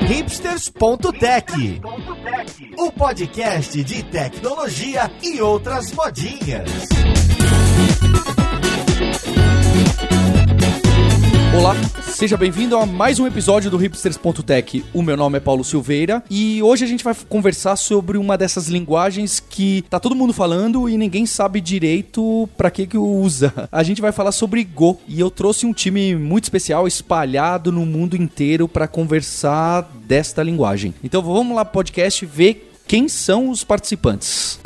hipsters.tech, o podcast de tecnologia e outras modinhas. Olá, seja bem-vindo a mais um episódio do hipsters.tech. O meu nome é Paulo Silveira e hoje a gente vai conversar sobre uma dessas linguagens que tá todo mundo falando e ninguém sabe direito pra que usa. A gente vai falar sobre Go e eu trouxe um time muito especial espalhado no mundo inteiro pra conversar desta linguagem. Então vamos lá pro podcast ver quem são os participantes.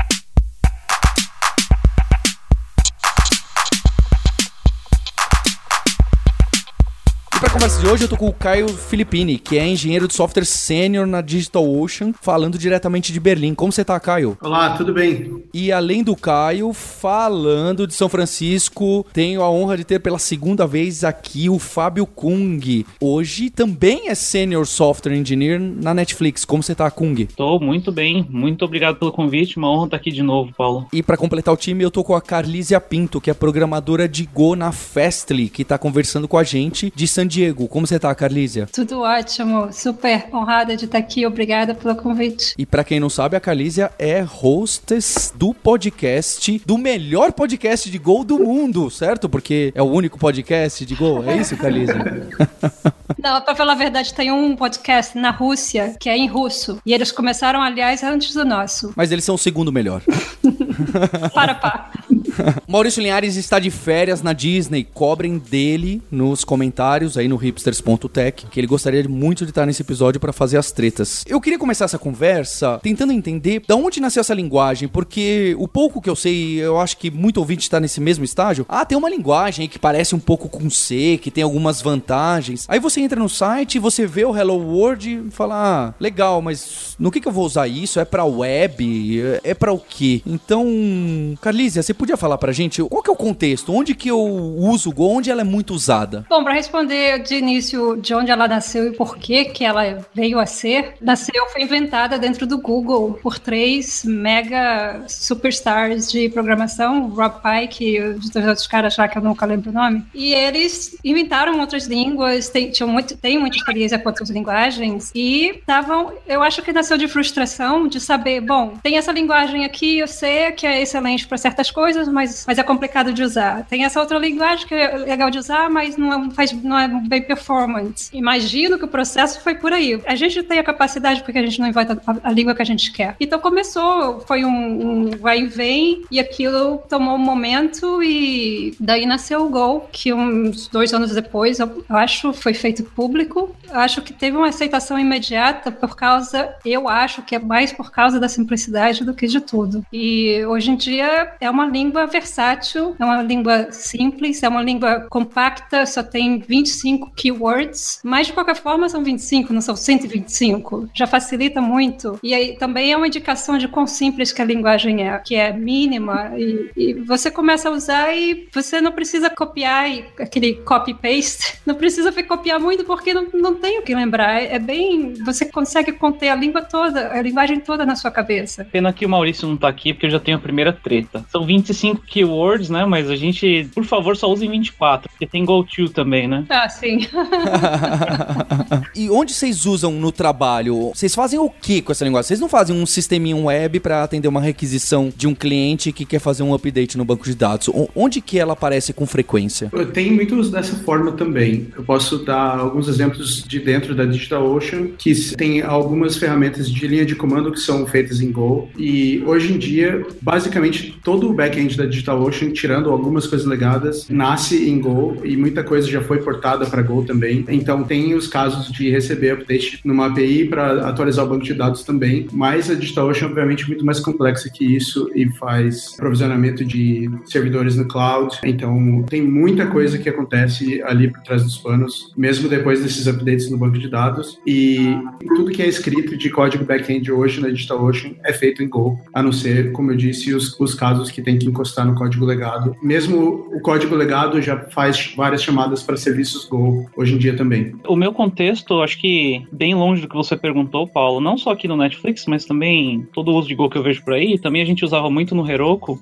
Para a conversa de hoje, eu tô com o Caio Filippini, que é engenheiro de software sênior na DigitalOcean, falando diretamente de Berlim. Como você tá, Caio? Olá, tudo bem? E além do Caio, falando de São Francisco, tenho a honra de ter pela segunda vez aqui o Fábio Kung. Hoje também é sênior software engineer na Netflix. Como você tá, Kung? Tô muito bem, muito obrigado pelo convite, uma honra estar aqui de novo, Paulo. E para completar o time, eu tô com a Carlísia Pinto, que é programadora de Go na Fastly, que tá conversando com a gente de San Diego. Como você tá, Carlísia? Tudo ótimo, super honrada de estar aqui, obrigada pelo convite. E pra quem não sabe, a Carlísia é hostess do podcast, do melhor podcast de Go do mundo, certo? Porque é o único podcast de Go, é isso, Carlísia? Não, pra falar a verdade, tem um podcast na Rússia, que é em russo, e eles começaram, aliás, antes do nosso. Mas eles são o segundo melhor. Para. Maurício Linhares está de férias na Disney. Cobrem dele nos comentários aí no hipsters.tech, que ele gostaria muito de estar nesse episódio para fazer as tretas. Eu queria começar essa conversa tentando entender de onde nasceu essa linguagem, porque o pouco que eu sei, eu acho que muito ouvinte está nesse mesmo estágio. Tem uma linguagem aí que parece um pouco com C, que tem algumas vantagens. Aí você entra no site, você vê o Hello World e fala, legal, mas no que eu vou usar isso? É para web? É para o quê? Então, Carlísia, você podia falar pra gente qual que é o contexto? Onde que eu uso o Go? Onde ela é muito usada? Bom, para responder de início de onde ela nasceu e por que ela veio a ser, foi inventada dentro do Google por 3 mega superstars de programação, Rob Pike e os outros caras lá que eu nunca lembro o nome, e eles inventaram outras línguas, têm muita experiência com outras linguagens e eu acho que nasceu de frustração de saber, bom, tem essa linguagem aqui, eu sei que é excelente para certas coisas, mas é complicado de usar. Tem essa outra linguagem que é legal de usar, mas não é bem performance. Imagino que o processo foi por aí. A gente tem a capacidade porque a gente não inventa a língua que a gente quer. Então foi um vai e vem, e aquilo tomou um momento e daí nasceu o Go, que uns 2 anos depois, eu acho, foi feito público. Eu acho que teve uma aceitação imediata eu acho que é mais por causa da simplicidade do que de tudo. E hoje em dia é uma língua versátil, é uma língua simples, é uma língua compacta, só tem 25 keywords, mas de qualquer forma são 25, não são 125. Já facilita muito. E aí também é uma indicação de quão simples que a linguagem é, que é mínima, e você começa a usar e você não precisa copiar aquele copy-paste, não precisa copiar muito porque não tem o que lembrar. Você consegue conter a língua toda, a linguagem toda na sua cabeça. Pena que o Maurício não tá aqui porque eu já tenho a primeira treta. São 25 keywords, né? Mas a gente, por favor, só use 24, porque tem go-to também, né? Sim. E onde vocês usam no trabalho? Vocês fazem o que com essa linguagem? Vocês não fazem um sisteminha web para atender uma requisição de um cliente que quer fazer um update no banco de dados? Onde que ela aparece com frequência? Eu tenho muitos dessa forma também. Eu posso dar alguns exemplos de dentro da DigitalOcean, que tem algumas ferramentas de linha de comando que são feitas em Go. E hoje em dia, basicamente, todo o back-end da DigitalOcean, tirando algumas coisas legadas, nasce em Go e muita coisa já foi portada para Go também. Então tem os casos de receber update numa API para atualizar o banco de dados também, mas a DigitalOcean é obviamente muito mais complexa que isso e faz provisionamento de servidores no cloud. Então tem muita coisa que acontece ali por trás dos panos, mesmo depois desses updates no banco de dados, e tudo que é escrito de código back-end hoje na DigitalOcean é feito em Go, a não ser, como eu disse, os casos que tem que encostar no código legado. Mesmo o código legado já faz várias chamadas para serviços Go hoje em dia também. O meu contexto indo, acho que, bem longe do que você perguntou, Paulo. Não só aqui no Netflix, mas também todo o uso de Go que eu vejo por aí. Também a gente usava muito no Heroku.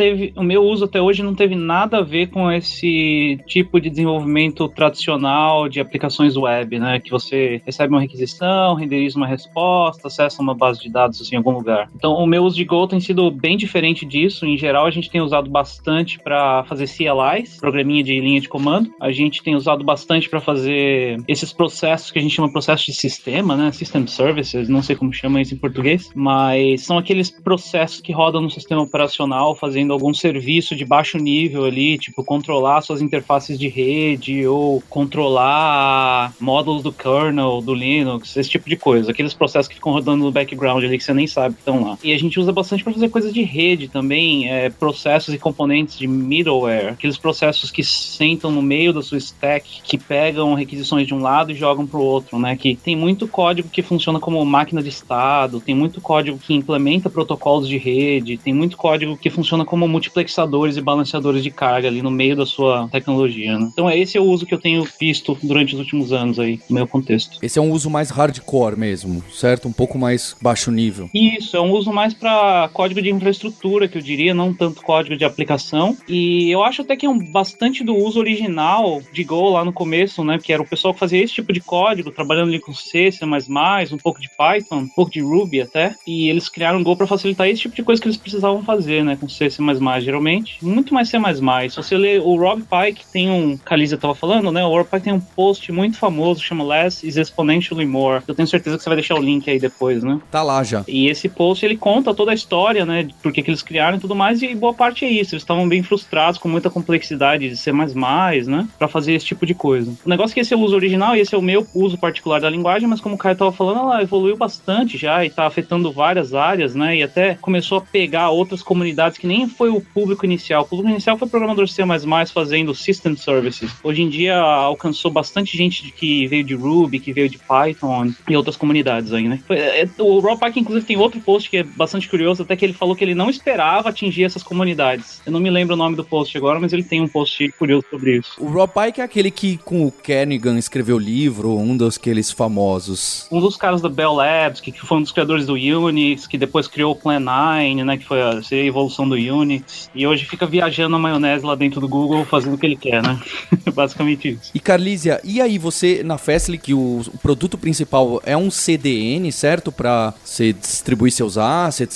O meu uso até hoje não teve nada a ver com esse tipo de desenvolvimento tradicional de aplicações web, né? Que você recebe uma requisição, renderiza uma resposta, acessa uma base de dados assim, em algum lugar. Então, o meu uso de Go tem sido bem diferente disso. Em geral, a gente tem usado bastante para fazer CLIs, programinha de linha de comando. A gente tem usado bastante para fazer esses processos que a gente chama de processo de sistema, né? System Services, não sei como chama isso em português, mas são aqueles processos que rodam no sistema operacional fazendo algum serviço de baixo nível ali, tipo controlar suas interfaces de rede ou controlar módulos do kernel, do Linux, esse tipo de coisa. Aqueles processos que ficam rodando no background ali que você nem sabe que estão lá. E a gente usa bastante para fazer coisas de rede também, processos e componentes de middleware, aqueles processos que sentam no meio da sua stack, que pegam requisições de um lado e jogam pro outro, né? Que tem muito código que funciona como máquina de estado, tem muito código que implementa protocolos de rede, tem muito código que funciona como multiplexadores e balanceadores de carga ali no meio da sua tecnologia, né? Então esse é o uso que eu tenho visto durante os últimos anos aí, no meu contexto. Esse é um uso mais hardcore mesmo, certo? Um pouco mais baixo nível. Isso, é um uso mais para código de infraestrutura, que eu diria, não tanto código de aplicação. E eu acho até que é bastante do uso original de Go lá no começo, né? Que era o pessoal que fazia esse tipo de código, trabalhando ali com C, C++, um pouco de Python, um pouco de Ruby até. E eles criaram Go para facilitar esse tipo de coisa que eles precisavam fazer, né? Com C, C++, geralmente. Muito mais C++. Se você ler o Rob Pike, tem que a Lízia tava falando, né? O Rob Pike tem um post muito famoso, chama Less is Exponentially More. Eu tenho certeza que você vai deixar o link aí depois, né? Tá lá já. E esse post, ele conta toda a história, né? De por que eles criaram e tudo mais, e boa parte é isso. Eles estavam bem frustrados com muita complexidade de C++, né? Pra fazer esse tipo de coisa. O negócio é que esse é o uso original e esse é o meu uso particular da linguagem, mas como o Caio tava falando, ela evoluiu bastante já e tá afetando várias áreas, né? E até começou a pegar outras comunidades que nem foi o público inicial. O público inicial foi programador C++ fazendo System Services. Hoje em dia alcançou bastante gente que veio de Ruby, que veio de Python e outras comunidades aí, né? O Rob Pike, inclusive, tem outro post que é bastante curioso, até que ele falou que ele não esperava atingir essas comunidades. Eu não me lembro o nome do post agora, mas ele tem um post curioso sobre isso. O Rob Pike é aquele que com o Kernighan escreveu livro, um dos aqueles famosos. Um dos caras da Bell Labs, que foi um dos criadores do Unix, que depois criou o Plan9, né, que foi a evolução do Unix, e hoje fica viajando na maionese lá dentro do Google fazendo o que ele quer, né? Basicamente isso. E Carlísia, e aí você na Fastly, que o produto principal é um CDN, certo? Pra você distribuir seus assets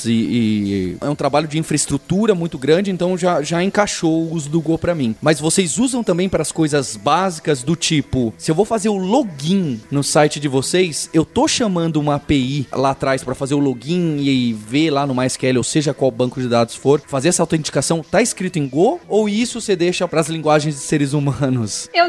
e é um trabalho de infraestrutura muito grande, então já encaixou o uso do Go pra mim. Mas vocês usam também para as coisas básicas do tipo, se eu vou fazer o login no site de vocês, eu tô chamando uma API lá atrás para fazer o login e ver lá no MySQL, ou seja, qual banco de dados for, fazer essa autenticação, tá escrito em Go? Ou isso você deixa para as linguagens de seres humanos? Eu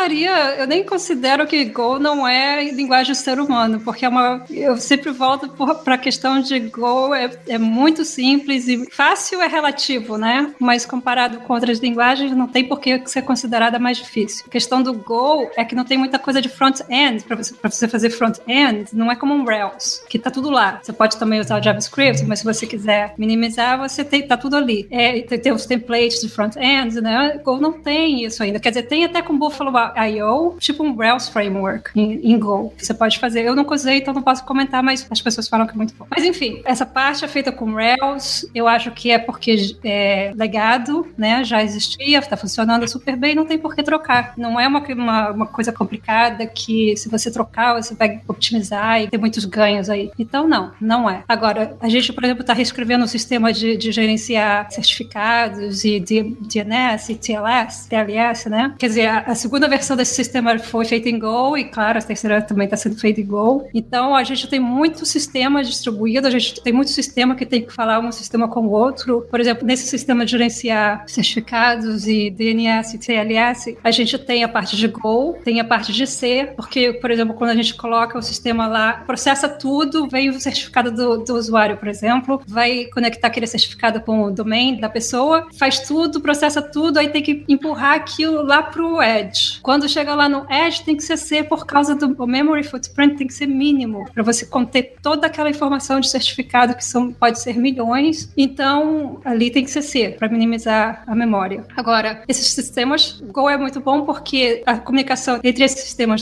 nem considero que Go não é linguagem de ser humano, porque eu sempre volto para a questão de Go, é muito simples e fácil é relativo, né? Mas comparado com outras linguagens, não tem por que ser considerada mais difícil. A questão do Go é que não tem muita coisa de front-end, para você fazer front-end, não é como um Rails, que tá tudo lá. Você pode também usar o JavaScript, mas se você quiser minimizar, tá tudo ali. Tem os templates de front-end, né? Go não tem isso ainda. Quer dizer, tem até com Buffalo.io, tipo um Rails framework em Go, que você pode fazer. Eu nunca usei, então não posso comentar, mas as pessoas falam que é muito bom. Mas enfim, essa parte é feita com Rails, eu acho que é porque é legado, né? Já existia, está funcionando super bem, não tem por que trocar. Não é uma coisa complicada que se você trocar, você vai optimizar e ter muitos ganhos aí. Então, não é. Agora, a gente, por exemplo, está reescrevendo um sistema de gerenciar certificados e DNS e TLS, né? Quer dizer, a segunda versão desse sistema foi feita em Go e, claro, a terceira também está sendo feita em Go. Então, a gente tem muito sistema distribuído, a gente tem muito sistema que tem que falar um sistema com o outro. Por exemplo, nesse sistema de gerenciar certificados e DNS e TLS, a gente tem a parte de Go, tem a parte de C, porque, por exemplo, quando a gente coloca o sistema lá, processa tudo, vem o certificado do usuário, por exemplo, vai conectar aquele certificado com o domain da pessoa, faz tudo, processa tudo, aí tem que empurrar aquilo lá pro Edge. Quando chega lá no Edge, tem que ser C por causa do memory footprint, tem que ser mínimo, para você conter toda aquela informação de certificado, que pode ser milhões, então ali tem que ser C, para minimizar a memória. Agora, esses sistemas, Go é muito bom porque a comunicação entre esses sistemas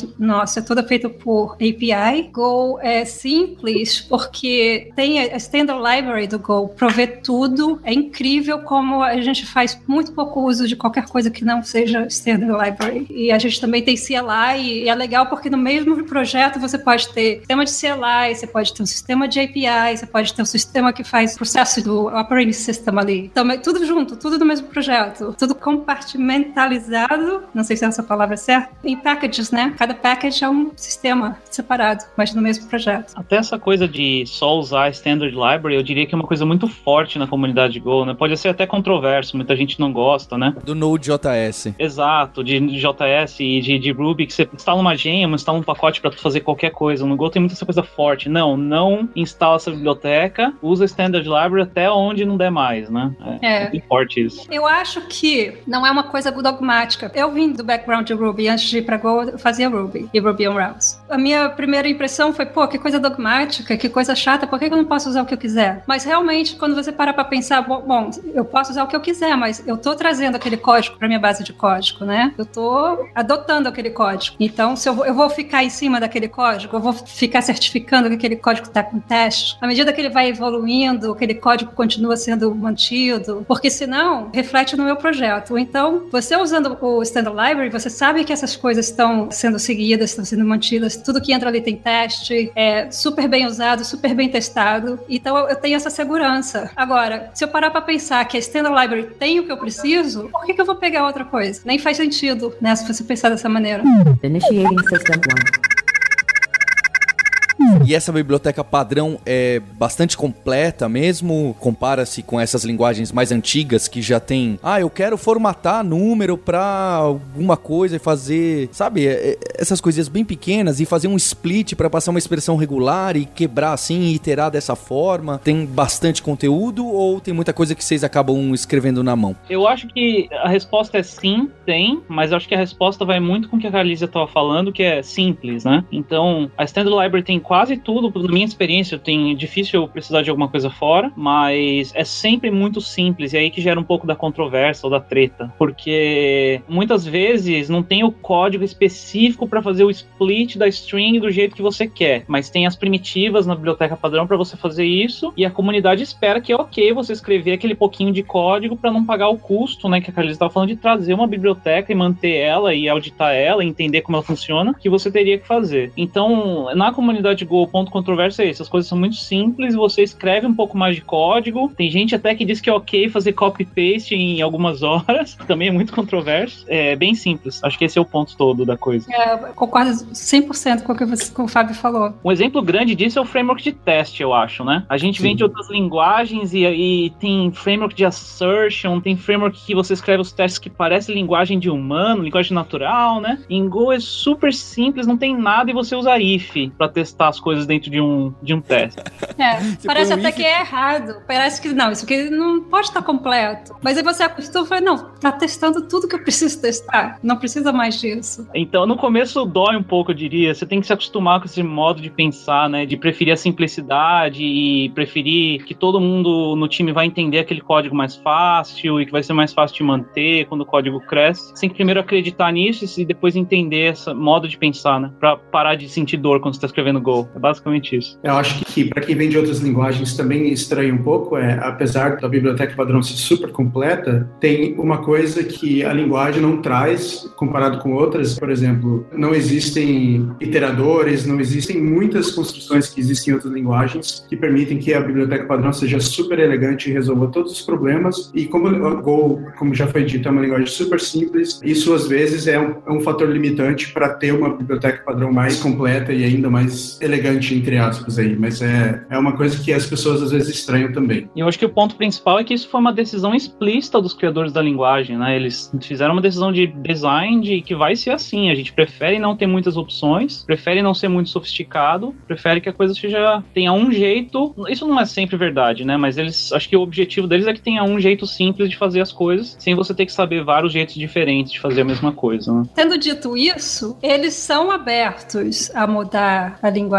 negócio é toda feita por API. Go é simples porque tem a Standard Library do Go, provê tudo. É incrível como a gente faz muito pouco uso de qualquer coisa que não seja Standard Library. E a gente também tem CLI, e é legal porque no mesmo projeto você pode ter sistema de CLI, você pode ter um sistema de API, você pode ter um sistema que faz o processo do operating system ali. Então, tudo junto, tudo no mesmo projeto. Tudo compartimentalizado, não sei se essa palavra é certa, em packages, né? Cada package é um sistema separado, mas no mesmo projeto. Até essa coisa de só usar Standard Library, eu diria que é uma coisa muito forte na comunidade Go, né? Pode ser até controverso, muita gente não gosta, né? Do Node.js. Exato, de JS e de Ruby, que você instala uma gema, instala um pacote para fazer qualquer coisa. No Go tem muita essa coisa forte. Não instala essa biblioteca, usa Standard Library até onde não der mais, né? É muito forte isso. Eu acho que não é uma coisa dogmática. Eu vim do background de Ruby. Antes de ir pra Go, eu fazia Ruby e Ruby on Rails. A minha primeira impressão foi, que coisa dogmática, que coisa chata, por que eu não posso usar o que eu quiser? Mas realmente, quando você para pra pensar, bom, eu posso usar o que eu quiser, mas eu tô trazendo aquele código pra minha base de código, né? Eu tô adotando aquele código. Então, se eu vou ficar em cima daquele código, eu vou ficar certificando que aquele código tá com teste. À medida que ele vai evoluindo, aquele código continua sendo mantido, porque senão reflete no meu projeto. Então, você usando o Standard Library, você sabe que essas coisas estão sendo seguidas, estão sendo mantidas, tudo que entra ali tem teste, é super bem usado, super bem testado, então eu tenho essa segurança. Agora, se eu parar para pensar que a Standard Library tem o que eu preciso, por que eu vou pegar outra coisa? Nem faz sentido, né, se você pensar dessa maneira. Initiating System 1. E essa biblioteca padrão é bastante completa mesmo? Compara-se com essas linguagens mais antigas que já tem... eu quero formatar número pra alguma coisa e fazer... Sabe? Essas coisinhas bem pequenas e fazer um split pra passar uma expressão regular e quebrar assim e iterar dessa forma. Tem bastante conteúdo ou tem muita coisa que vocês acabam escrevendo na mão? Eu acho que a resposta é sim, tem, mas eu acho que a resposta vai muito com o que a Carlísia estava falando, que é simples, né? Então, a Standard Library tem quase tudo, na minha experiência, difícil eu precisar de alguma coisa fora, mas é sempre muito simples, e aí que gera um pouco da controvérsia ou da treta, porque muitas vezes não tem o código específico para fazer o split da string do jeito que você quer, mas tem as primitivas na biblioteca padrão para você fazer isso, e a comunidade espera que é ok você escrever aquele pouquinho de código para não pagar o custo, né, que a Carlísia estava falando, de trazer uma biblioteca e manter ela, e auditar ela, e entender como ela funciona, que você teria que fazer. Então, na comunidade Go, o ponto controverso é esse, as coisas são muito simples, você escreve um pouco mais de código, tem gente até que diz que é ok fazer copy-paste em algumas horas, também é muito controverso, é bem simples, acho que esse é o ponto todo da coisa. Eu concordo 100% com o que o Fábio falou. Um exemplo grande disso é o framework de teste, eu acho, né? A gente vem de outras linguagens e tem framework de assertion, tem framework que você escreve os testes que parece linguagem de humano, linguagem natural, né? Em Go é super simples, não tem nada e você usa if pra testar as coisas dentro de um teste. Parece até que é errado. Parece que não, isso aqui não pode estar completo. Mas aí você acostuma e fala, não, tá testando tudo que eu preciso testar. Não precisa mais disso. Então, no começo dói um pouco, eu diria. Você tem que se acostumar com esse modo de pensar, né? De preferir a simplicidade e preferir que todo mundo no time vai entender aquele código mais fácil e que vai ser mais fácil de manter quando o código cresce. Você tem que primeiro acreditar nisso e depois entender esse modo de pensar, né? Pra parar de sentir dor quando você tá escrevendo Go. É basicamente isso. Eu acho que para quem vem de outras linguagens também estranha um pouco, apesar da biblioteca padrão ser super completa, tem uma coisa que a linguagem não traz comparado com outras. Por exemplo, não existem iteradores, não existem muitas construções que existem em outras linguagens que permitem que a biblioteca padrão seja super elegante e resolva todos os problemas. E como o Go, como já foi dito, é uma linguagem super simples, isso às vezes é um fator limitante para ter uma biblioteca padrão mais completa e ainda mais elegante, entre aspas, aí. Mas é uma coisa que as pessoas às vezes estranham também. E eu acho que o ponto principal é que isso foi uma decisão explícita dos criadores da linguagem, né? Eles fizeram uma decisão de design de que vai ser assim. A gente prefere não ter muitas opções, prefere não ser muito sofisticado, prefere que a coisa tenha um jeito. Isso não é sempre verdade, né? Mas acho que o objetivo deles é que tenha um jeito simples de fazer as coisas, sem você ter que saber vários jeitos diferentes de fazer a mesma coisa, né? Tendo dito isso, eles são abertos a mudar a linguagem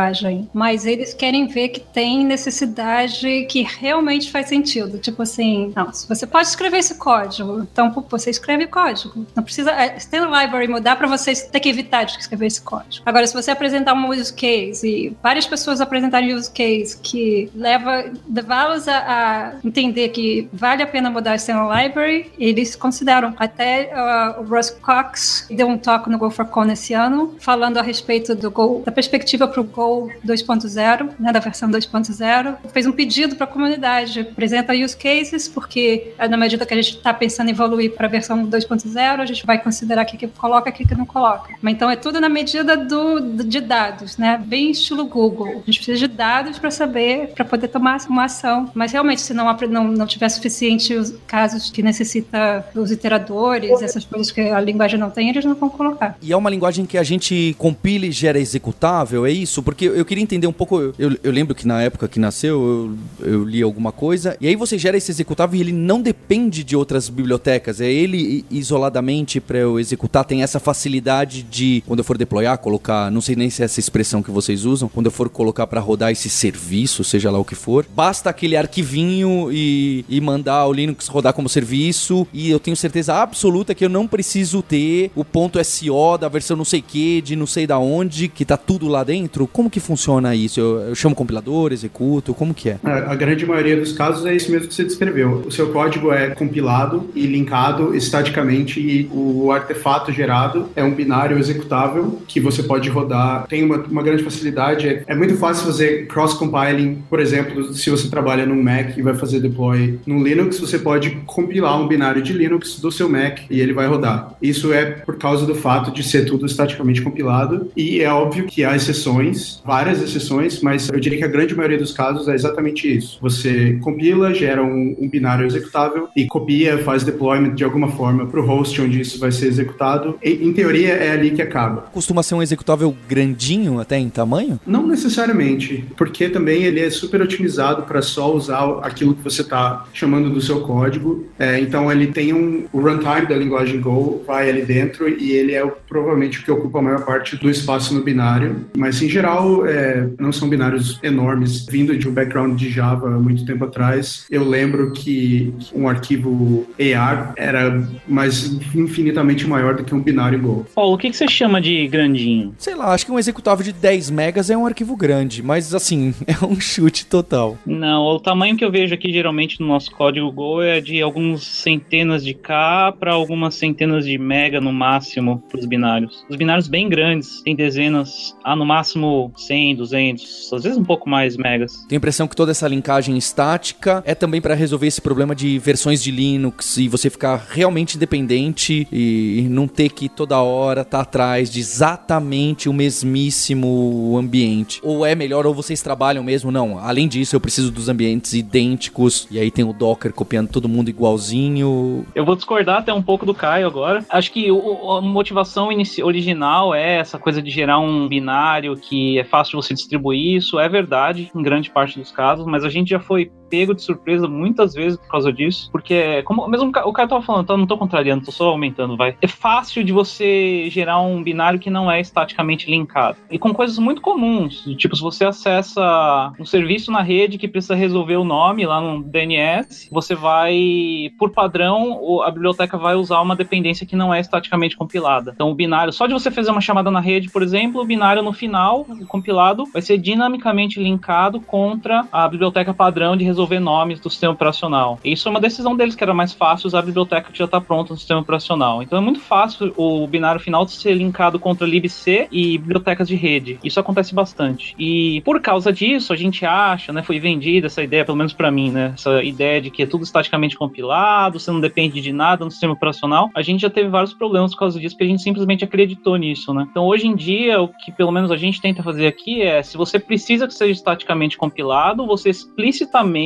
linguagem, mas eles querem ver que tem necessidade que realmente faz sentido. Tipo assim, não, se você pode escrever esse código, então você escreve o código. Não precisa, se tem no library mudar para vocês ter que evitar de escrever esse código. Agora, se você apresentar um use case e várias pessoas apresentarem use case que leva-los a entender que vale a pena mudar isso no library, eles consideram. Até o Russ Cox deu um talk no Go4Con esse ano, falando a respeito do Go, da perspectiva para o Go 2.0, né, da versão 2.0. Fez um pedido para a comunidade, apresenta use cases, porque na medida que a gente está pensando em evoluir para a versão 2.0, a gente vai considerar o que coloca e o que não coloca. Mas então é tudo na medida de dados, né? Bem estilo Google. A gente precisa de dados para saber, para poder tomar uma ação. Mas realmente, se não tiver suficiente os casos que necessita os iteradores, essas coisas que a linguagem não tem, eles não vão colocar. E é uma linguagem que a gente compila e gera executável, é isso? Porque eu queria entender um pouco, eu lembro que na época que nasceu, eu li alguma coisa, e aí você gera esse executável e ele não depende de outras bibliotecas, é ele isoladamente para eu executar, tem essa facilidade de, quando eu for deployar, colocar, não sei nem se é essa expressão que vocês usam, quando eu for colocar para rodar esse serviço, seja lá o que for, basta aquele arquivinho e mandar o Linux rodar como serviço, e eu tenho certeza absoluta que eu não preciso ter o .so da versão não sei que, de não sei da onde, que tá tudo lá dentro. Como que funciona isso? Eu chamo o compilador, executo, como que é? A grande maioria dos casos é isso mesmo que você descreveu. O seu código é compilado e linkado estaticamente, e o artefato gerado é um binário executável que você pode rodar. Tem uma grande facilidade, é muito fácil fazer cross-compiling. Por exemplo, se você trabalha num Mac e vai fazer deploy no Linux, você pode compilar um binário de Linux do seu Mac e ele vai rodar. Isso é por causa do fato de ser tudo estaticamente compilado, e é óbvio que há exceções, várias exceções, mas eu diria que a grande maioria dos casos é exatamente isso. Você compila, gera um binário executável e copia, faz deployment de alguma forma para o host onde isso vai ser executado. E, em teoria, é ali que acaba. Costuma ser um executável grandinho até em tamanho? Não necessariamente, porque também ele é super otimizado para só usar aquilo que você está chamando do seu código. Então ele tem o runtime da linguagem Go, vai ali dentro, e ele é provavelmente o que ocupa a maior parte do espaço no binário. Mas em geral, não são binários enormes. Vindo de um background de Java há muito tempo atrás, eu lembro que um arquivo AR era infinitamente maior do que um binário Go. Paulo, o que você chama de grandinho? Sei lá, acho que um executável de 10 megas é um arquivo grande, mas assim, é um chute total. Não, o tamanho que eu vejo aqui geralmente no nosso código Go é de algumas centenas de K para algumas centenas de mega no máximo para os binários. Os binários bem grandes, tem dezenas, no máximo 100, 200, às vezes um pouco mais megas. Tenho a impressão que toda essa linkagem estática é também para resolver esse problema de versões de Linux e você ficar realmente dependente e não ter que toda hora estar atrás de exatamente o mesmíssimo ambiente. Ou é melhor, ou vocês trabalham mesmo, não. Além disso, eu preciso dos ambientes idênticos, e aí tem o Docker copiando todo mundo igualzinho. Eu vou discordar até um pouco do Caio agora. Acho que a motivação original é essa coisa de gerar um binário que é fácil de você distribuir. Isso é verdade em grande parte dos casos, mas a gente já foi pego de surpresa muitas vezes por causa disso, porque como mesmo o Caio tava falando, não tô contrariando, tô só aumentando, vai. É fácil de você gerar um binário que não é estaticamente linkado. E com coisas muito comuns, tipo, se você acessa um serviço na rede que precisa resolver o nome lá no DNS, você vai, por padrão, a biblioteca vai usar uma dependência que não é estaticamente compilada. Então o binário, só de você fazer uma chamada na rede, por exemplo, o binário no final, o compilado, vai ser dinamicamente linkado contra a biblioteca padrão de resolver nomes do sistema operacional. E isso é uma decisão deles, que era mais fácil usar a biblioteca que já está pronta no sistema operacional. Então é muito fácil o binário final ser linkado contra libc e bibliotecas de rede. Isso acontece bastante. E por causa disso, a gente acha, né, foi vendida essa ideia, pelo menos para mim, né, essa ideia de que é tudo estaticamente compilado, você não depende de nada no sistema operacional. A gente já teve vários problemas por causa disso, porque a gente simplesmente acreditou nisso, né? Então hoje em dia, o que pelo menos a gente tenta fazer aqui é, se você precisa que seja estaticamente compilado, você explicitamente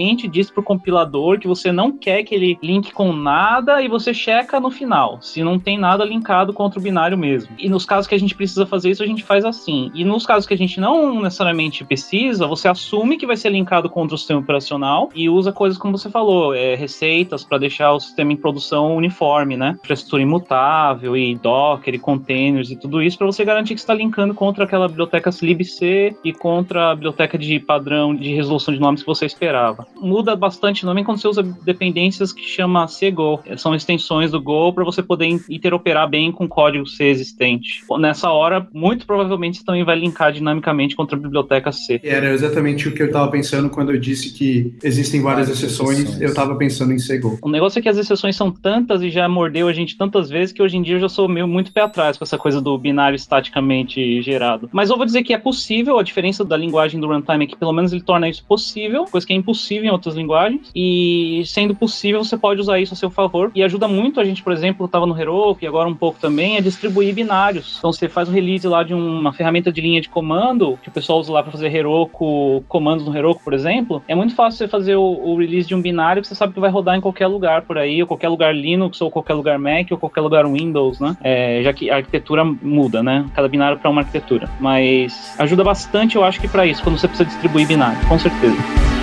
explicitamente diz pro compilador que você não quer que ele linke com nada e você checa no final, se não tem nada linkado contra o binário mesmo. E nos casos que a gente precisa fazer isso, a gente faz assim. E nos casos que a gente não necessariamente precisa, você assume que vai ser linkado contra o sistema operacional e usa coisas como você falou, receitas para deixar o sistema em produção uniforme, né? Infraestrutura imutável e Docker e containers e tudo isso para você garantir que está linkando contra aquela biblioteca libc e contra a biblioteca de padrão de resolução de nomes que você esperava. Muda bastante também quando você usa dependências que chama CGO. São extensões do Go para você poder interoperar bem com o código C existente. Nessa hora, muito provavelmente você também vai linkar dinamicamente contra a biblioteca C. Era exatamente o que eu estava pensando quando eu disse que existem várias exceções. Eu estava pensando em CGO. O negócio é que as exceções são tantas e já mordeu a gente tantas vezes que hoje em dia eu já sou muito pé atrás com essa coisa do binário estaticamente gerado. Mas eu vou dizer que é possível, a diferença da linguagem do runtime é que pelo menos ele torna isso possível, coisa que é impossível em outras linguagens, e sendo possível você pode usar isso a seu favor, e ajuda muito a gente, por exemplo, eu estava no Heroku e agora um pouco também, a distribuir binários. Então você faz o release lá de uma ferramenta de linha de comando, que o pessoal usa lá para fazer Heroku, comandos no Heroku, por exemplo, é muito fácil você fazer o release de um binário que você sabe que vai rodar em qualquer lugar por aí, ou qualquer lugar Linux, ou qualquer lugar Mac, ou qualquer lugar Windows, né? Já que a arquitetura muda, né? Cada binário para uma arquitetura. Mas ajuda bastante, eu acho que para isso, quando você precisa distribuir binário, com certeza.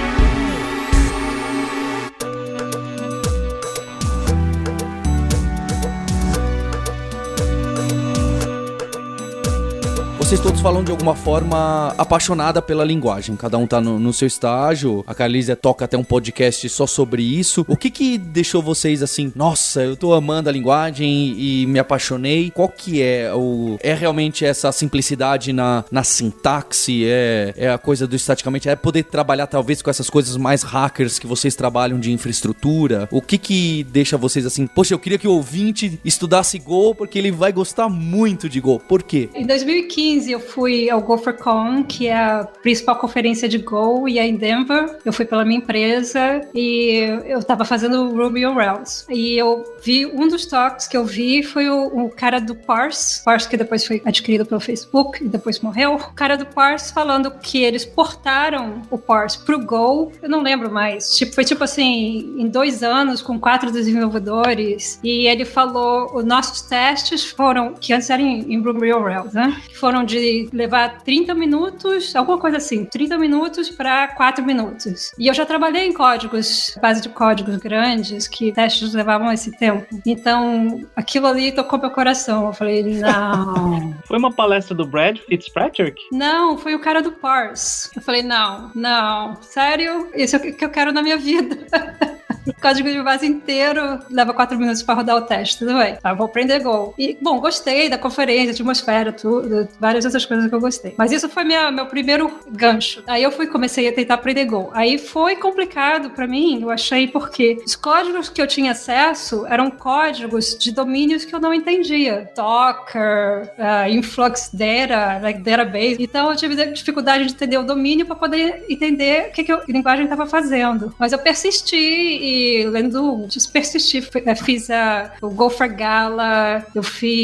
Vocês todos falam de alguma forma apaixonada pela linguagem. Cada um tá no seu estágio. A Carlísia toca até um podcast só sobre isso. O que deixou vocês assim, nossa, eu tô amando a linguagem e me apaixonei? Qual que é? É realmente essa simplicidade na sintaxe? É a coisa do estaticamente? É poder trabalhar talvez com essas coisas mais hackers que vocês trabalham de infraestrutura? O que deixa vocês assim, poxa, eu queria que o ouvinte estudasse Go porque ele vai gostar muito de Go. Por quê? Em 2015 eu fui ao GopherCon, que é a principal conferência de Go, e é em Denver. Eu fui pela minha empresa e eu estava fazendo Ruby on Rails. E eu vi, um dos talks que eu vi foi o cara do Parse, que depois foi adquirido pelo Facebook e depois morreu. O cara do Parse falando que eles portaram o Parse pro Go, eu não lembro mais. Foi tipo assim, em 2 anos, com 4 desenvolvedores, e ele falou, os nossos testes foram, que antes eram em Ruby on Rails, né? Foram de levar 30 minutos, alguma coisa assim, 30 minutos para 4 minutos. E eu já trabalhei em códigos, base de códigos grandes, que testes levavam esse tempo. Então, aquilo ali tocou meu coração. Eu falei, não. Foi uma palestra do Brad Fitzpatrick? Não, foi o cara do Parse. Eu falei, não, sério? Isso é o que eu quero na minha vida. O código de base inteiro leva 4 minutos para rodar o teste, tudo bem. Tá, vou aprender Go. E, bom, gostei da conferência, atmosfera, tudo, várias outras coisas que eu gostei. Mas isso foi meu primeiro gancho. Aí eu comecei a tentar aprender Go. Aí foi complicado para mim, eu achei, porque os códigos que eu tinha acesso eram códigos de domínios que eu não entendia. Docker, Influx Data, like database. Então eu tive dificuldade de entender o domínio para poder entender o que a linguagem estava fazendo. Mas eu persisti e lendo, persistir, fiz o Gopher Gala, eu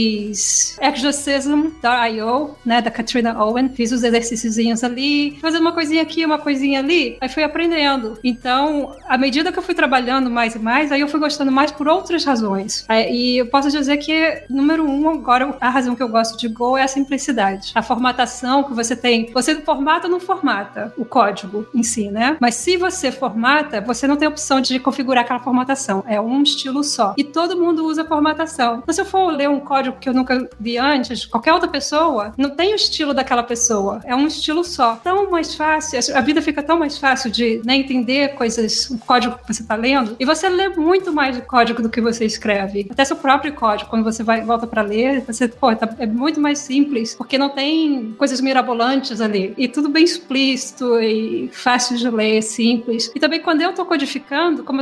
fiz Exorcism.io, né, da Katrina Owen, fiz os exercíciozinhos ali, fazendo uma coisinha aqui, uma coisinha ali, aí fui aprendendo. Então, à medida que eu fui trabalhando mais e mais, aí eu fui gostando mais por outras razões. E eu posso dizer que, número 1, agora, a razão que eu gosto de Go é a simplicidade. A formatação que você tem, você formata ou não formata o código em si, né? Mas se você formata, você não tem opção de configurar aquela formatação. É um estilo só. E todo mundo usa formatação. Então, se eu for ler um código que eu nunca vi antes, qualquer outra pessoa, não tem o estilo daquela pessoa. É um estilo só. Tão mais fácil, a vida fica tão mais fácil de, né, entender coisas, o código que você está lendo, e você lê muito mais o código do que você escreve. Até seu próprio código, quando você volta para ler, você, é muito mais simples, porque não tem coisas mirabolantes ali. E tudo bem explícito e fácil de ler, simples. E também quando eu tô codificando, como eu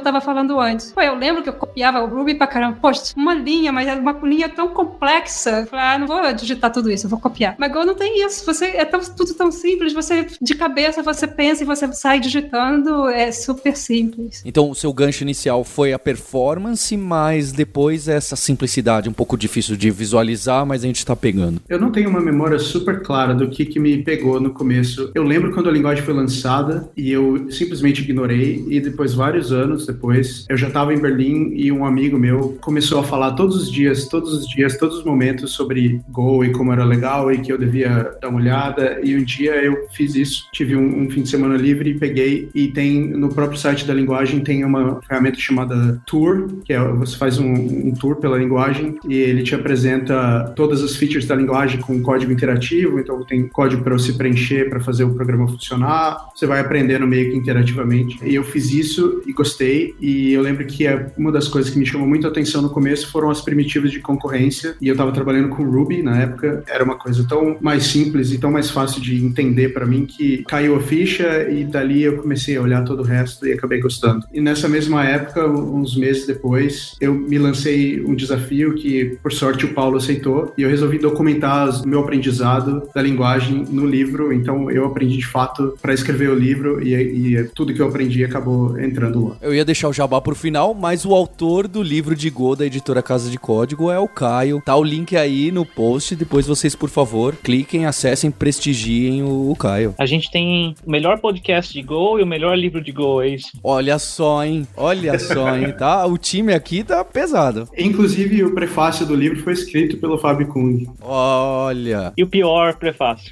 tava falando antes. Pô, eu lembro que eu copiava o Ruby pra caramba. Poxa, uma linha, mas é uma linha tão complexa. Eu falei, não vou digitar tudo isso, eu vou copiar. Mas Go não tem isso. Tudo tão simples. Você, de cabeça, você pensa e você sai digitando. É super simples. Então, o seu gancho inicial foi a performance, mas depois essa simplicidade, um pouco difícil de visualizar, mas a gente tá pegando. Eu não tenho uma memória super clara do que me pegou no começo. Eu lembro quando a linguagem foi lançada e eu simplesmente ignorei, e depois, vários anos depois, eu já estava em Berlim e um amigo meu começou a falar todos os dias, todos os momentos sobre Go e como era legal e que eu devia dar uma olhada, e um dia eu fiz isso. Tive um fim de semana livre e peguei, e tem no próprio site da linguagem tem uma ferramenta chamada Tour, que é você faz um tour pela linguagem e ele te apresenta todas as features da linguagem com código interativo. Então tem código para você preencher para fazer o programa funcionar, você vai aprendendo meio que interativamente. E eu fiz isso e gostei, e eu lembro que uma das coisas que me chamou muito a atenção no começo foram as primitivas de concorrência, e eu estava trabalhando com Ruby na época, era uma coisa tão mais simples e tão mais fácil de entender para mim que caiu a ficha, e dali eu comecei a olhar todo o resto e acabei gostando. E nessa mesma época, uns meses depois, eu me lancei um desafio que, por sorte, o Paulo aceitou, e eu resolvi documentar o meu aprendizado da linguagem no livro. Então eu aprendi de fato para escrever o livro, e tudo que eu aprendi acabou entrando lá. Eu ia deixar o jabá pro final, mas o autor do livro de Go da editora Casa de Código é o Caio. Tá o link aí no post, depois vocês, por favor, cliquem, acessem, prestigiem o Caio. A gente tem o melhor podcast de Go e o melhor livro de Go, é isso? Olha só, hein? Tá? O time aqui tá pesado. Inclusive, o prefácio do livro foi escrito pelo Fábio Kung. Olha. E o pior prefácio.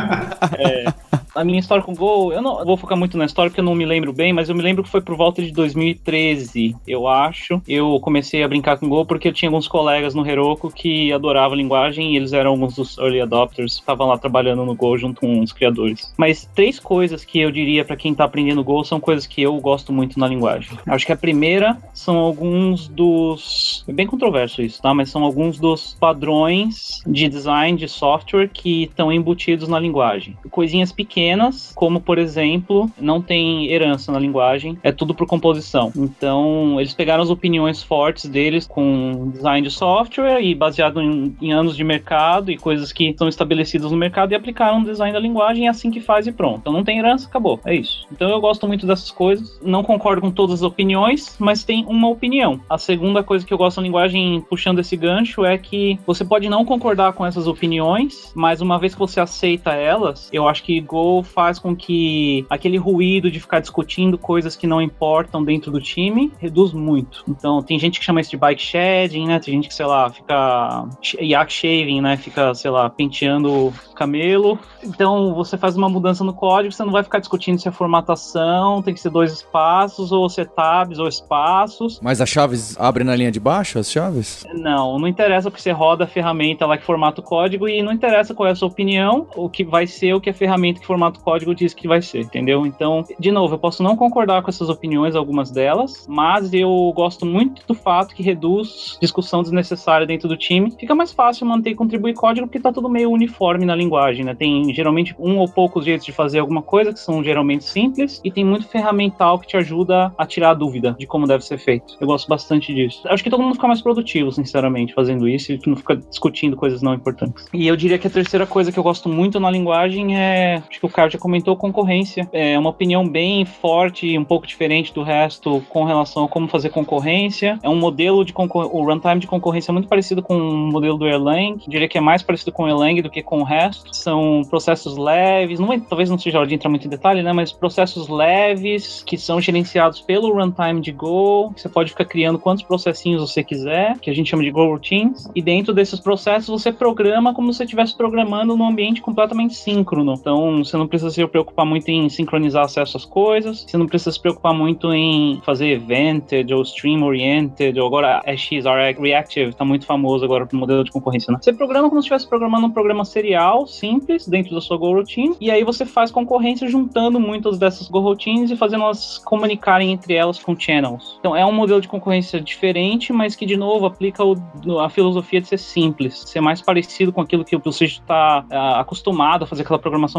A minha história com Go, eu não vou focar muito na história porque eu não me lembro bem, mas eu me lembro que foi por volta de 2013, eu acho. Eu comecei a brincar com Go porque eu tinha alguns colegas no Heroku que adoravam a linguagem, e eles eram alguns dos early adopters, estavam lá trabalhando no Go junto com os criadores. Mas 3 coisas que eu diria para quem tá aprendendo Go são coisas que eu gosto muito na linguagem. Acho que a primeira são alguns dos... É bem controverso isso, tá? Mas são alguns dos padrões de design de software que estão embutidos na linguagem. Coisinhas pequenas, como, por exemplo, não tem herança na linguagem, é tudo por composição. Então, eles pegaram as opiniões fortes deles com design de software e baseado em anos de mercado e coisas que são estabelecidas no mercado, e aplicaram no design da linguagem, é assim que faz e pronto. Então, não tem herança, acabou. É isso. Então, eu gosto muito dessas coisas. Não concordo com todas as opiniões, mas tem uma opinião. A segunda coisa que eu gosto na linguagem, puxando esse gancho, é que você pode não concordar com essas opiniões, mas uma vez que você aceita elas, eu acho que Go faz com que aquele ruído de ficar discutindo coisas que não importam dentro do time reduz muito. Então, tem gente que chama isso de bike shedding, né? Tem gente que, sei lá, fica yak shaving, né? Fica, sei lá, penteando camelo. Então, você faz uma mudança no código, você não vai ficar discutindo se a formatação tem que ser 2 espaços, ou se é tabs ou espaços. Mas as chaves abrem na linha de baixo, as chaves? Não interessa, porque você roda a ferramenta lá que formata o código, e não interessa qual é a sua opinião, o que vai ser o que a ferramenta que formata o código diz que vai ser, entendeu? Então, de novo, eu posso não concordar com essas opiniões, algumas delas, mas eu gosto muito do fato que reduz discussão desnecessária dentro do time. Fica mais fácil manter e contribuir código, porque tá tudo meio uniforme na linguagem, né? Tem geralmente um ou poucos jeitos de fazer alguma coisa, que são geralmente simples, e tem muito ferramental que te ajuda a tirar a dúvida de como deve ser feito. Eu gosto bastante disso. Acho que todo mundo fica mais produtivo, sinceramente, fazendo isso, e não fica discutindo coisas não importantes. E eu diria que a terceira coisa que eu gosto muito na linguagem é, acho que o Caio já comentou, concorrência. É uma opinião bem forte e um pouco diferente do resto com relação a como fazer concorrência. É um modelo de o runtime de concorrência é muito parecido com o modelo do Erlang. Eu diria que é mais parecido com o Erlang do que com o resto. São processos leves, talvez não seja hora de entrar muito em detalhe, né? Mas processos leves que são gerenciados pelo runtime de Go. Você pode ficar criando quantos processinhos você quiser, que a gente chama de Go Routines. E dentro desses processos você programa como se você estivesse programando num ambiente completamente síncrono. Então você não precisa se preocupar muito em sincronizar acesso às coisas, você não precisa se preocupar muito em fazer evented ou stream oriented, ou agora XR Reactive tá muito famoso agora pro modelo de concorrência, né? Você programa como se estivesse programando um programa serial simples dentro da sua Go Routine, e aí você faz concorrência juntando muitas dessas Go Routines e fazendo elas comunicarem entre elas com channels. Então é um modelo de concorrência diferente, mas que de novo aplica a filosofia de ser simples, ser mais parecido com aquilo que você está acostumado a fazer, aquela programação mais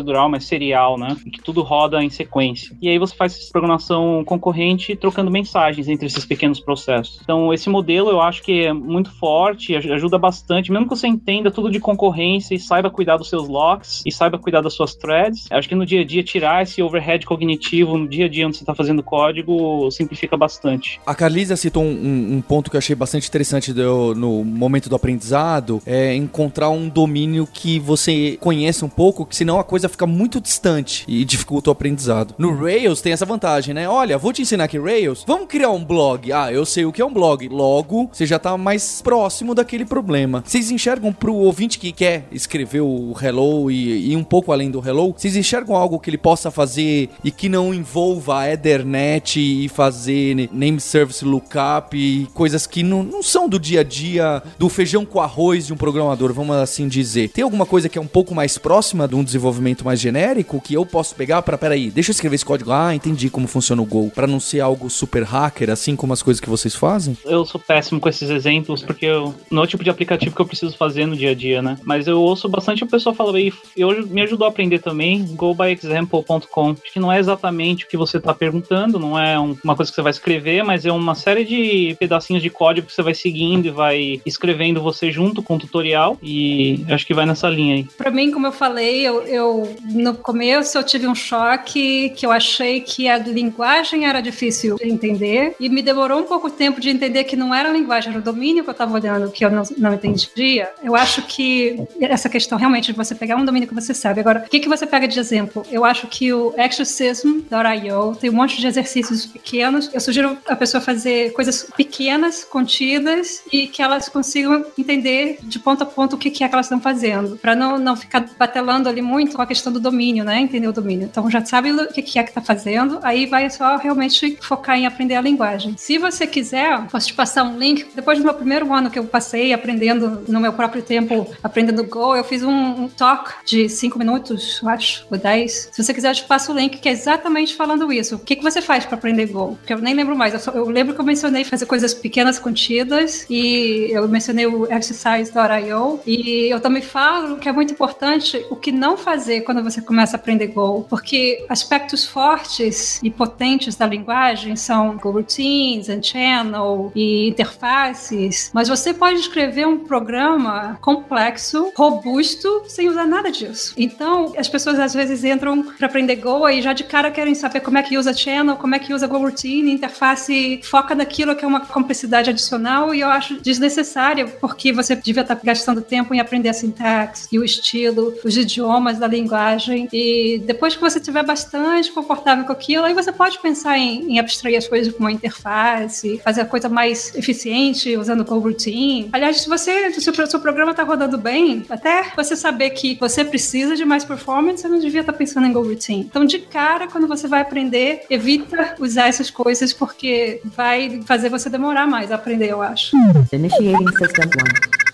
procedural, mas serial, né? E que tudo roda em sequência. E aí você faz essa programação concorrente trocando mensagens entre esses pequenos processos. Então, esse modelo eu acho que é muito forte, ajuda bastante, mesmo que você entenda tudo de concorrência e saiba cuidar dos seus locks e saiba cuidar das suas threads. Acho que no dia a dia, tirar esse overhead cognitivo no dia a dia onde você está fazendo código simplifica bastante. A Carlisa citou um ponto que eu achei bastante interessante no momento do aprendizado, é encontrar um domínio que você conhece um pouco, que senão a coisa fica muito distante e dificulta o aprendizado. No Rails tem essa vantagem, né? Olha, vou te ensinar aqui Rails, vamos criar um blog. Ah, eu sei o que é um blog. Logo, você já tá mais próximo daquele problema. Vocês enxergam pro ouvinte que quer escrever o Hello e um pouco além do Hello, vocês enxergam algo que ele possa fazer e que não envolva a Ethernet e fazer name service lookup e coisas que não são do dia a dia, do feijão com arroz de um programador, vamos assim dizer. Tem alguma coisa que é um pouco mais próxima de um desenvolvimento mais genérico que eu posso pegar para, peraí, deixa eu escrever esse código. Ah, entendi como funciona o Go. Para não ser algo super hacker, assim como as coisas que vocês fazem? Eu sou péssimo com esses exemplos, porque não é o tipo de aplicativo que eu preciso fazer no dia a dia, né? Mas eu ouço bastante o pessoal falando aí, me ajudou a aprender também, gobyexample.com. Acho que não é exatamente o que você está perguntando, não é uma coisa que você vai escrever, mas é uma série de pedacinhos de código que você vai seguindo e vai escrevendo você junto com o tutorial, e acho que vai nessa linha aí. Pra mim, como eu falei, eu no começo eu tive um choque que eu achei que a linguagem era difícil de entender e me demorou um pouco tempo de entender que não era a linguagem, era o domínio que eu estava olhando que eu não entendia. Eu acho que essa questão realmente de você pegar um domínio que você sabe. Agora, o que você pega de exemplo? Eu acho que o Exorcism.io tem um monte de exercícios pequenos. Eu sugiro a pessoa fazer coisas pequenas, contidas, e que elas consigam entender de ponto a ponto o que é que elas estão fazendo, para não ficar batelando ali muito com a questão do domínio, né? Entender o domínio. Então já sabe o que é que tá fazendo, aí vai só realmente focar em aprender a linguagem. Se você quiser, posso te passar um link. Depois do meu primeiro ano que eu passei aprendendo no meu próprio tempo, aprendendo Go, eu fiz um talk de 5 minutos, eu acho, ou 10. Se você quiser, eu te passo o link, que é exatamente falando isso. O que você faz para aprender Go? Porque eu nem lembro mais. Eu lembro que eu mencionei fazer coisas pequenas, contidas, e eu mencionei o exercise.io, e eu também falo que é muito importante o que não fazer quando você começa a aprender Go, porque aspectos fortes e potentes da linguagem são coroutines, channel e interfaces, mas você pode escrever um programa complexo, robusto, sem usar nada disso. Então, as pessoas às vezes entram para aprender Go e já de cara querem saber como é que usa channel, como é que usa coroutine, interface, foca naquilo que é uma complexidade adicional, e eu acho desnecessária, porque você devia estar gastando tempo em aprender a sintaxe e o estilo, os idiomas da linguagem, e depois que você estiver bastante confortável com aquilo, aí você pode pensar em abstrair as coisas com uma interface, fazer a coisa mais eficiente usando coroutine. Aliás, se o seu programa está rodando bem, até você saber que você precisa de mais performance, você não devia estar pensando em coroutine. Então, de cara, quando você vai aprender, evita usar essas coisas, porque vai fazer você demorar mais a aprender, eu acho. Initiating System 1.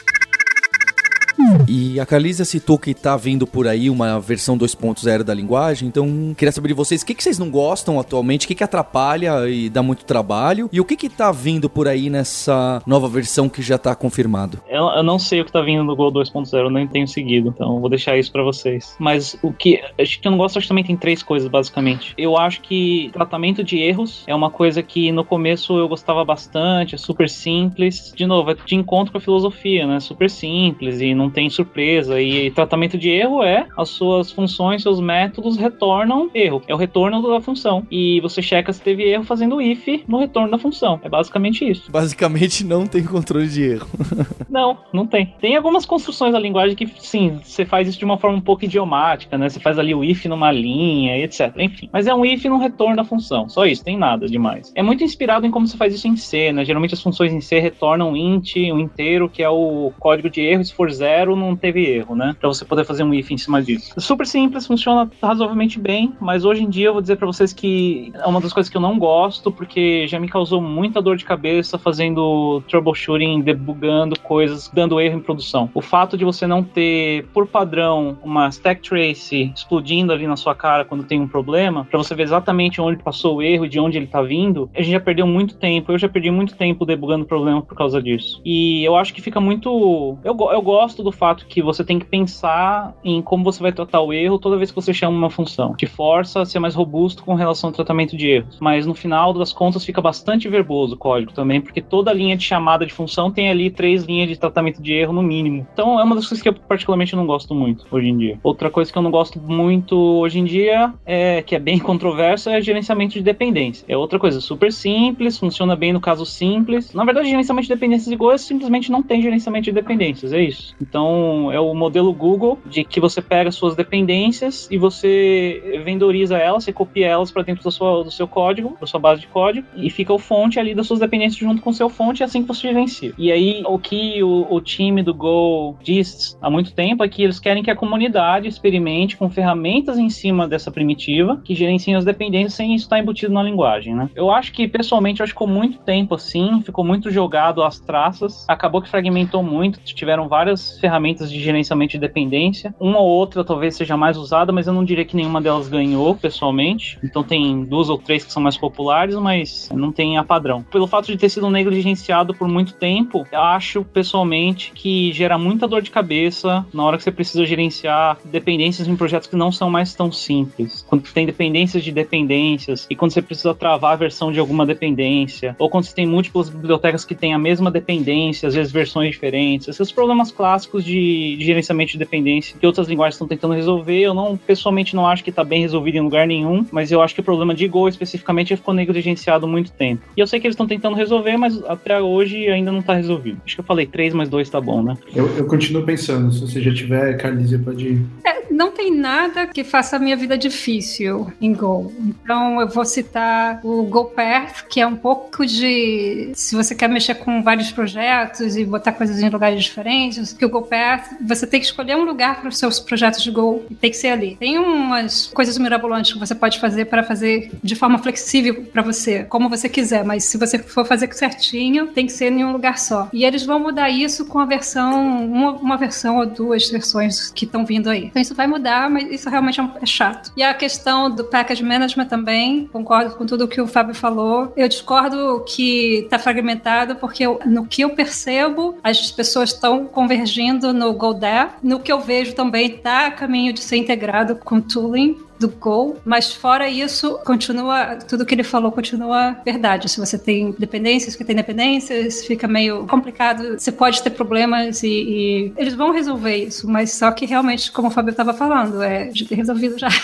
E a Carlisa citou que tá vindo por aí uma versão 2.0 da linguagem, então queria saber de vocês, o que vocês não gostam atualmente, o que atrapalha e dá muito trabalho, e o que tá vindo por aí nessa nova versão que já tá confirmado? Eu não sei o que tá vindo no Go 2.0, eu nem tenho seguido, então vou deixar isso pra vocês. Mas acho que eu não gosto, acho que também tem 3 coisas, basicamente. Eu acho que tratamento de erros é uma coisa que no começo eu gostava bastante, é super simples. De novo, é de encontro com a filosofia, né? Super simples e não tem surpresa, e tratamento de erro é as suas funções, seus métodos retornam erro, é o retorno da função, e você checa se teve erro fazendo o if no retorno da função, é basicamente isso. Basicamente não tem controle de erro. Não tem. Tem algumas construções da linguagem que sim, você faz isso de uma forma um pouco idiomática, né, você faz ali o if numa linha, etc, enfim, mas é um if no retorno da função, só isso, tem nada demais. É muito inspirado em como você faz isso em C, né, geralmente as funções em C retornam um int, um inteiro, que é o código de erro, se for 0 não teve erro, né? Pra você poder fazer um if em cima disso. Super simples, funciona razoavelmente bem, mas hoje em dia eu vou dizer pra vocês que é uma das coisas que eu não gosto, porque já me causou muita dor de cabeça fazendo troubleshooting, debugando coisas, dando erro em produção. O fato de você não ter, por padrão, uma stack trace explodindo ali na sua cara quando tem um problema, pra você ver exatamente onde passou o erro e de onde ele tá vindo, a gente já perdeu muito tempo, eu já perdi muito tempo debugando o problema por causa disso. E eu acho que fica muito... Eu gosto do fato fato que você tem que pensar em como você vai tratar o erro toda vez que você chama uma função. Te força a ser mais robusto com relação ao tratamento de erros. Mas no final das contas fica bastante verboso o código também, porque toda linha de chamada de função tem ali 3 linhas de tratamento de erro no mínimo. Então é uma das coisas que eu particularmente não gosto muito hoje em dia. Outra coisa que eu não gosto muito hoje em dia, que é bem controversa, é gerenciamento de dependência. É outra coisa super simples, funciona bem no caso simples. Na verdade, gerenciamento de dependências de Go simplesmente não tem gerenciamento de dependências, é isso. Então é o modelo Google de que você pega suas dependências e você vendoriza elas, você copia elas para dentro do seu código, da sua base de código, e fica o fonte ali das suas dependências junto com o seu fonte, é assim que você gerencia. E aí, o que o time do Go diz há muito tempo é que eles querem que a comunidade experimente com ferramentas em cima dessa primitiva que gerenciem as dependências sem isso estar embutido na linguagem, né? Eu acho que, pessoalmente, eu acho que ficou muito tempo assim, ficou muito jogado às traças, acabou que fragmentou muito, tiveram várias ferramentas de gerenciamento de dependência, uma ou outra talvez seja mais usada, mas eu não diria que nenhuma delas ganhou, pessoalmente. Então tem 2 ou 3 que são mais populares, mas não tem a padrão. Pelo fato de ter sido negligenciado por muito tempo, eu acho, pessoalmente, que gera muita dor de cabeça na hora que você precisa gerenciar dependências em projetos que não são mais tão simples. Quando tem dependências de dependências, e quando você precisa travar a versão de alguma dependência, ou quando você tem múltiplas bibliotecas que têm a mesma dependência, às vezes versões diferentes. Esses problemas clássicos de gerenciamento de dependência que outras linguagens estão tentando resolver, eu pessoalmente não acho que está bem resolvido em lugar nenhum, mas eu acho que o problema de Go especificamente ficou negligenciado há muito tempo. E eu sei que eles estão tentando resolver, mas até hoje ainda não está resolvido. Acho que eu falei 3 mais 2 tá bom, né? Eu continuo pensando, se você já tiver, Carlísia, pode ir. Não tem nada que faça a minha vida difícil em Go. Então eu vou citar o GoPath, que é um pouco de... Se você quer mexer com vários projetos e botar coisas em lugares diferentes, que o GoPath, você tem que escolher um lugar para os seus projetos de Go e tem que ser ali. Tem umas coisas mirabolantes que você pode fazer para fazer de forma flexível para você, como você quiser, mas se você for fazer certinho, tem que ser em um lugar só. E eles vão mudar isso com a versão, uma versão ou 2 versões que estão vindo aí. Então isso vai mudar, mas isso realmente é chato. E a questão do package management também, concordo com tudo o que o Fábio falou. Eu discordo que está fragmentado, porque no que eu percebo, as pessoas estão convergindo no GoDev. No que eu vejo também está a caminho de ser integrado com tooling do Go, mas fora isso, continua, tudo que ele falou continua verdade. Se você tem dependências, fica meio complicado, você pode ter problemas e eles vão resolver isso, mas só que realmente, como o Fábio estava falando, de ter resolvido já.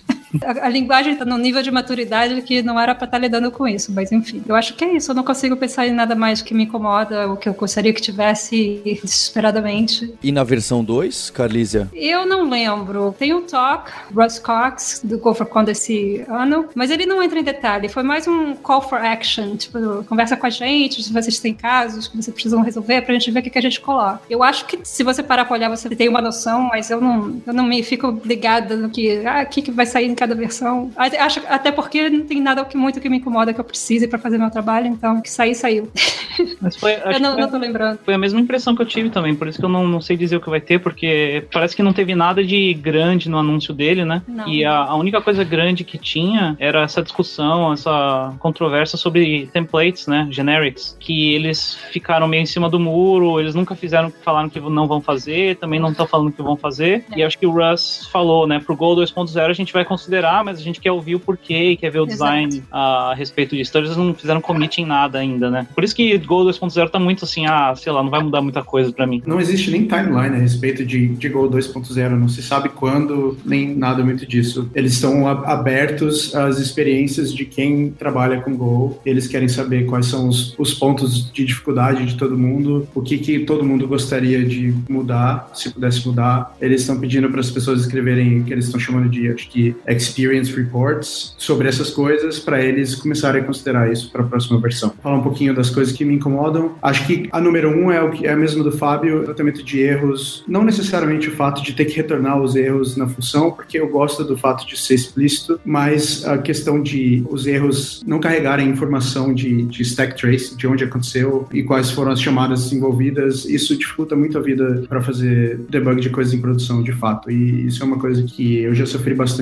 A linguagem está num nível de maturidade que não era para estar lidando com isso, mas enfim, eu acho que é isso. Eu não consigo pensar em nada mais que me incomoda, o que eu gostaria que tivesse desesperadamente. E na versão 2, Carlísia? Eu não lembro. Tem um talk, Russ Cox, do Go for Con desse ano, mas ele não entra em detalhe. Foi mais um call for action, tipo, conversa com a gente, se vocês têm casos que vocês precisam resolver, pra gente ver o que a gente coloca. Eu acho que se você parar pra olhar, você tem uma noção, mas eu não me fico ligada no que, o que vai sair em cada versão. Acho, até porque não tem nada muito que me incomoda que eu precise pra fazer meu trabalho, então o que sair, saiu. Mas eu não tô lembrando. Foi a mesma impressão que eu tive também, por isso que eu não sei dizer o que vai ter, porque parece que não teve nada de grande no anúncio dele, né? Não. E a única coisa grande que tinha era essa discussão, essa controvérsia sobre templates, né? Generics, que eles ficaram meio em cima do muro, eles nunca falaram que não vão fazer, também não estão falando que vão fazer, e acho que o Russ falou, né? Pro Go 2.0 a gente vai considerar, mas a gente quer ouvir o porquê, quer ver o design a respeito disso. Então eles não fizeram commit em nada ainda, né? Por isso que Go 2.0 tá muito assim, sei lá, não vai mudar muita coisa pra mim. Não existe nem timeline a respeito de Go 2.0, não se sabe quando, nem nada muito disso. Eles estão abertos às experiências de quem trabalha com Go, eles querem saber quais são os pontos de dificuldade de todo mundo, o que todo mundo gostaria de mudar, se pudesse mudar. Eles estão pedindo para as pessoas escreverem o que eles estão chamando de, acho que, experience reports sobre essas coisas, para eles começarem a considerar isso para a próxima versão. Falar um pouquinho das coisas que me incomodam. Acho que a número 1 é a mesma do Fábio, tratamento de erros, não necessariamente o fato de ter que retornar os erros na função, porque eu gosto do fato de ser explícito, mas a questão de os erros não carregarem informação de stack trace, de onde aconteceu e quais foram as chamadas envolvidas, isso dificulta muito a vida para fazer debug de coisas em produção, de fato, e isso é uma coisa que eu já sofri bastante também.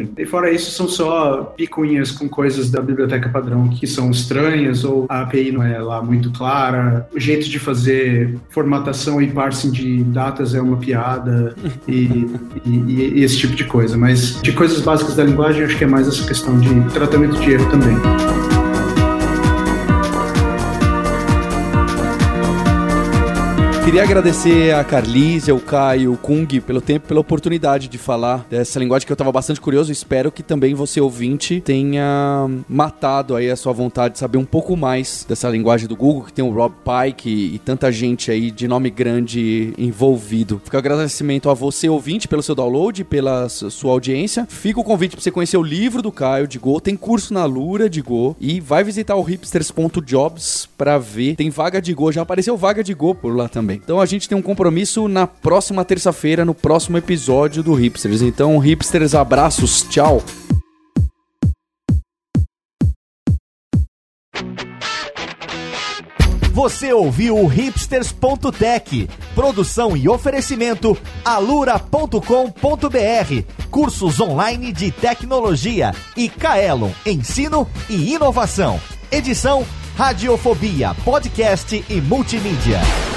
E fora isso, são só picuinhas com coisas da biblioteca padrão que são estranhas, ou a API não é lá muito clara, o jeito de fazer formatação e parsing de datas é uma piada, e esse tipo de coisa. Mas de coisas básicas da linguagem, acho que é mais essa questão de tratamento de erro também. Queria agradecer a Carlise, ao Caio, o Kung pelo tempo, pela oportunidade de falar dessa linguagem que eu estava bastante curioso. Espero que também você, ouvinte, tenha matado aí a sua vontade de saber um pouco mais dessa linguagem do Google, que tem o Rob Pike e tanta gente aí de nome grande envolvido. Fica o agradecimento a você, ouvinte, pelo seu download, pela sua audiência. Fica o convite para você conhecer o livro do Caio de Go, tem curso na Lura de Go, e vai visitar o hipsters.jobs para ver. Tem vaga de Go, já apareceu vaga de Go por lá também. Então a gente tem um compromisso na próxima terça-feira, no próximo episódio do Hipsters. Então, Hipsters, abraços, tchau! Você ouviu o hipsters.tech, produção e oferecimento alura.com.br, cursos online de tecnologia, e Kaelon, ensino e inovação. Edição Radiofobia, podcast e multimídia.